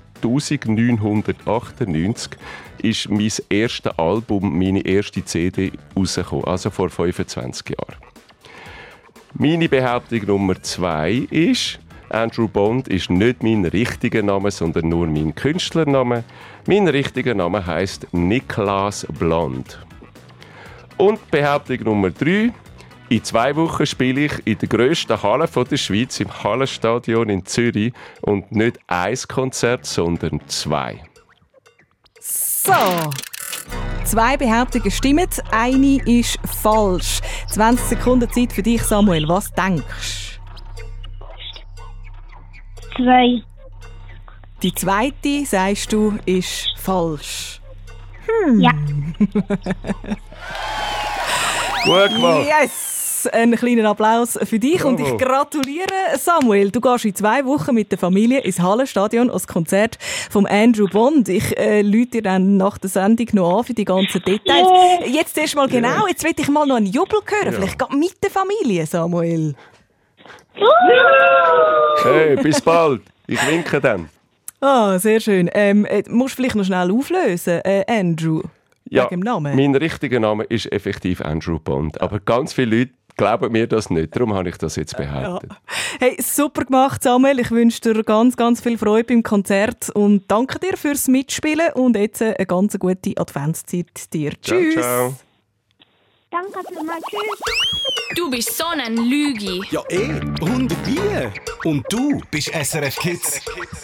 1998, ist mein erstes Album, meine erste CD rausgekommen, also vor 25 Jahren. Meine Behauptung Nummer 2 ist, Andrew Bond ist nicht mein richtiger Name, sondern nur mein Künstlername. Mein richtiger Name heisst Niklas Blond. Und Behauptung Nummer 3, in 2 Wochen spiele ich in der grössten Halle der Schweiz, im Hallenstadion in Zürich, und nicht 1 Konzert, sondern 2. So. 2 Behauptungen stimmen, eine ist falsch. 20 Sekunden Zeit für dich, Samuel. Was denkst du? 2. Die zweite, sagst du, ist falsch. Ja. Gut gemacht. Yes! Einen kleinen Applaus für dich. Bravo. Und ich gratuliere, Samuel. Du gehst in 2 Wochen mit der Familie ins Hallenstadion als Konzert von Andrew Bond. Ich rufe dir dann nach der Sendung noch an für die ganzen Details. Jetzt erst mal genau, jetzt will ich mal noch einen Jubel hören. Vielleicht gerade mit der Familie, Samuel. Hey, bis bald. Ich winke dann. Ah, sehr schön. Musst du vielleicht noch schnell auflösen, Andrew? Ja, wegen dem Namen? mein richtiger Name ist effektiv Andrew Bond. Aber ganz viele Leute glauben mir das nicht. Darum habe ich das jetzt behauptet. Ja. Hey, super gemacht, Samuel. Ich wünsche dir ganz, ganz viel Freude beim Konzert und danke dir fürs Mitspielen und jetzt eine ganz gute Adventszeit dir. Tschüss. Ciao, ciao. Danke vielmals. Tschüss. Du bist so ein Lügi. Ja, und wie? Und du bist SRF Kids.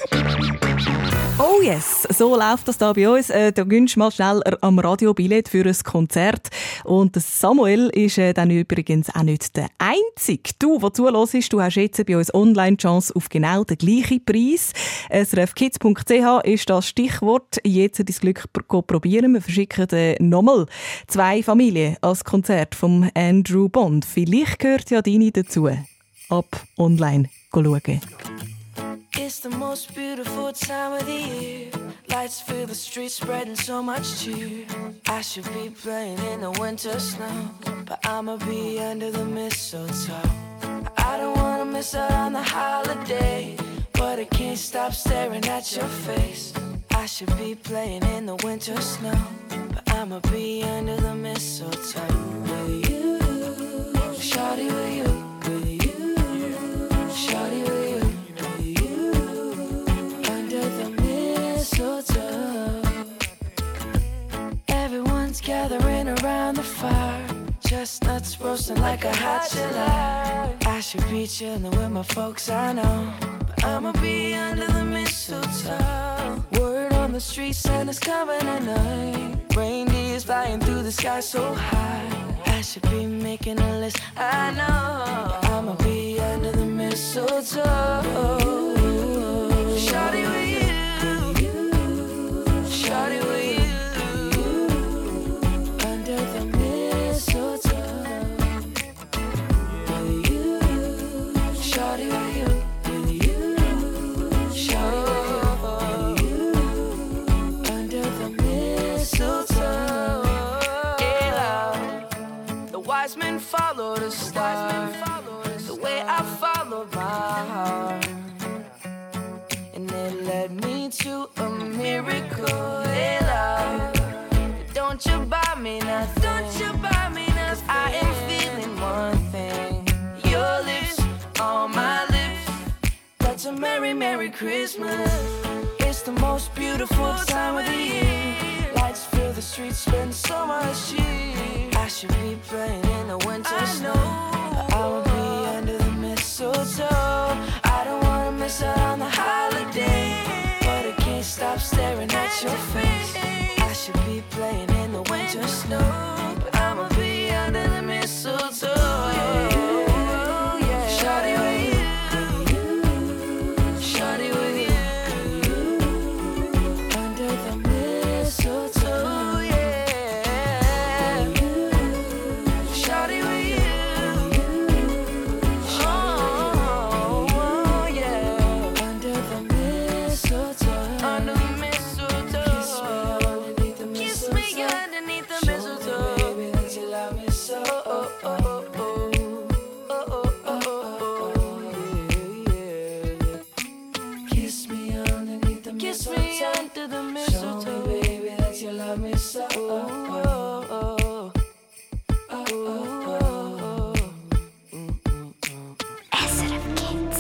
Oh yes, so läuft das da bei uns. Da gönnst du mal schnell am Radio Billett für ein Konzert. Und Samuel ist dann übrigens auch nicht der Einzige. Du, der zuhörst, du hast jetzt bei uns online die Chance auf genau den gleichen Preis. srfkids.ch ist das Stichwort. Jetzt dein Glück probieren. Wir verschicken nochmal 2 Familien als Konzert von Andrew Bond. Vielleicht gehört ja deine dazu. Ab online schauen. It's the most beautiful time of the year. Lights fill the streets, spreading so much cheer. I should be playing in the winter snow, but I'ma be under the mistletoe. I don't wanna miss out on the holiday, but I can't stop staring at your face. I should be playing in the winter snow, but I'ma be under the mistletoe. With you, shawty, with you, shawty, with you. Everyone's gathering around the fire, chestnuts roasting like a hot July. I should be chilling with my folks, I know, but I'ma be under the mistletoe. Word on the street, Santa's coming tonight. Reindeer's flying through the sky so high. I should be making a list, I know, but I'ma be under the mistletoe. Shawty with you, shawty with you, under the mistletoe. the stars, the way I followed my heart, and it led me to a miracle. Hey, love, don't you buy me nothing, don't you buy me nothing, 'cause I am feeling one thing, your lips on my lips, that's a merry, merry Christmas. It's the most beautiful time of the year, lights fill the streets, spend so much cheer. I should be playing in the winter snow, but I will be under the mistletoe. I don't wanna miss out on the holiday, but I can't stop staring at your face. I should be playing in the winter snow, but I'ma be under the mistletoe. Yeah. Shawty with you, shawty with you, under the mistletoe. Yeah. Shawty with you, oh yeah, under the mistletoe, under the mistletoe. Kiss me underneath the mistletoe, baby, that you love me so. Kiss me underneath the mistletoe. Kiss me under the mistletoe. Show me, baby, that you love me so. SRF Kids.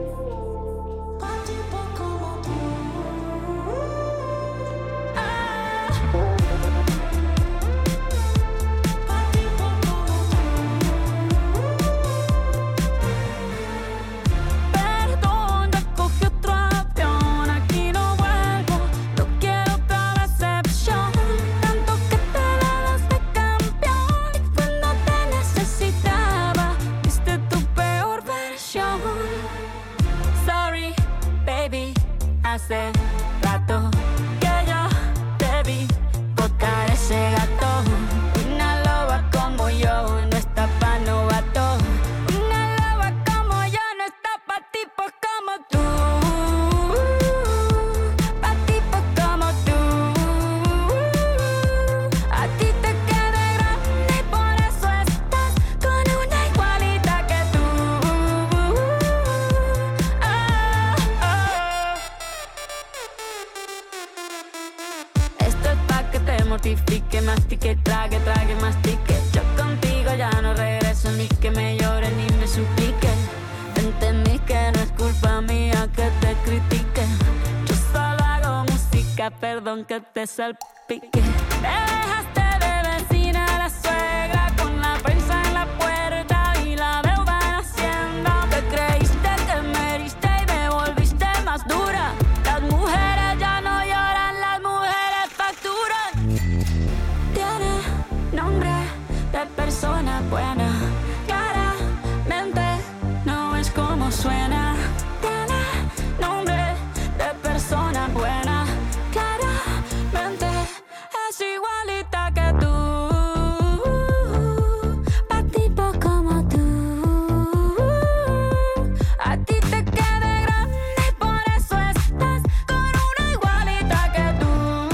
Perdón, ya cogí otro avión, aquí no vuelvo, no quiero otra decepción. Tanto que te dabas de campeón y cuando te necesitaba, viste tu peor versión. Sorry, baby, hace rato que yo debí botar ese gato. Una loba como yo no está pa' novato. Una loba como yo no está pa' tipos como tú. Pa' tipos como tú. A ti te queda grande y por eso estás con una igualita que tú. Esto es pa' que te mortifique, mastique, trague, trague, mastique. Yo contigo ya no regreso, ni que me llore ni me suplique. Entendí que no es culpa mía que te critique. Yo solo hago música, perdón que te salpique. Te dejaste de vecina a la suegra con la prensa en la puerta y la deuda en Hacienda. Te creíste que me heriste y me volviste más dura. Las mujeres ya no lloran, las mujeres facturan. Tiene nombre de persona buena, claramente no es como suena. Tiene nombre de persona buena, claramente es igualita que tú. Pa' tipo como tú. A ti te queda grande y por eso estás con una igualita que tú.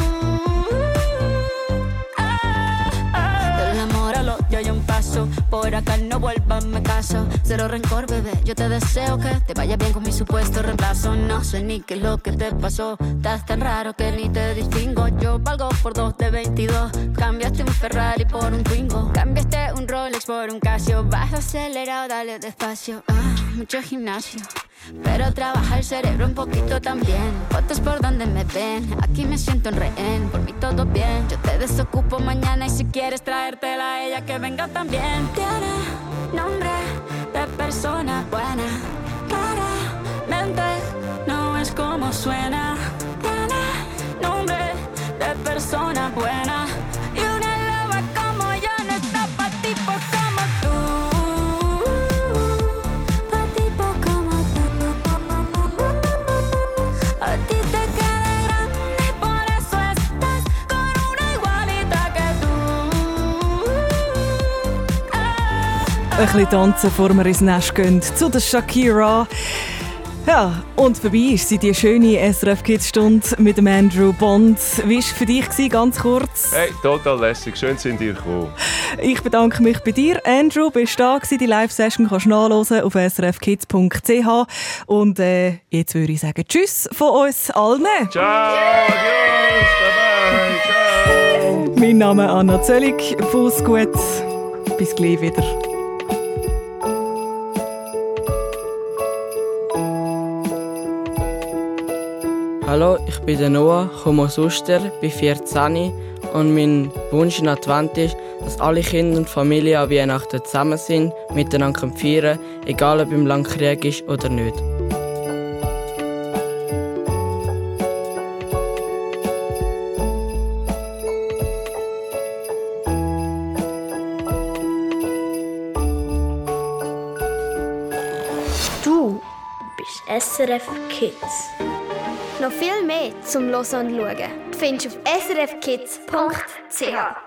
Del amor al odio hay un paso, por acá no vuelvas, me caso. Cero rencor, bebé, yo te deseo que te vaya bien con mi supuesto reemplazo. No sé ni qué es lo que te pasó, estás tan raro que ni te distingo. Yo valgo por 2 de 22, cambiaste un Ferrari por un Twingo. Cambiaste un Rolex por un Casio, vas acelerado, dale despacio. Mucho gimnasio, pero trabaja el cerebro un poquito también. Fotos por donde me ven, aquí me siento en rehén. Por mí todo bien, yo te desocupo mañana y si quieres traértela a ella que venga también. Tiene nombre de persona buena, claramente no es como suena. Tiene nombre de persona buena y una loba como yo no está pa' tipos como tú. Pa' tipos como tú. A ti te queda grande y por eso estás con una igualita que tú. Ein bisschen tanzen, bevor wir ins Nest gehen. Zu der Shakira. Ja, und vorbei ist sie, die schöne SRF Kids Stunde mit dem Andrew Bond. Wie war es für dich, ganz kurz? Hey, total lässig. Schön sind ihr gekommen. Ich bedanke mich bei dir, Andrew. Bist du da gewesen? Die Live-Session kannst du nachhören auf srfkids.ch. Und jetzt würde ich sagen, tschüss von uns allen. Ciao, adios, bye-bye, ciao. Mein Name ist Anna Zöllig. Fuss gut. Bis gleich wieder. Hallo, ich bin der Noah, komme aus Uster, bin 14 und mein Wunsch in Advent ist, dass alle Kinder und Familien an Weihnachten zusammen sind, miteinander feiern, egal ob im Land Krieg ist oder nicht. Du bist SRF Kids. Noch viel mehr zum Hören und Schauen findest du auf srfkids.ch.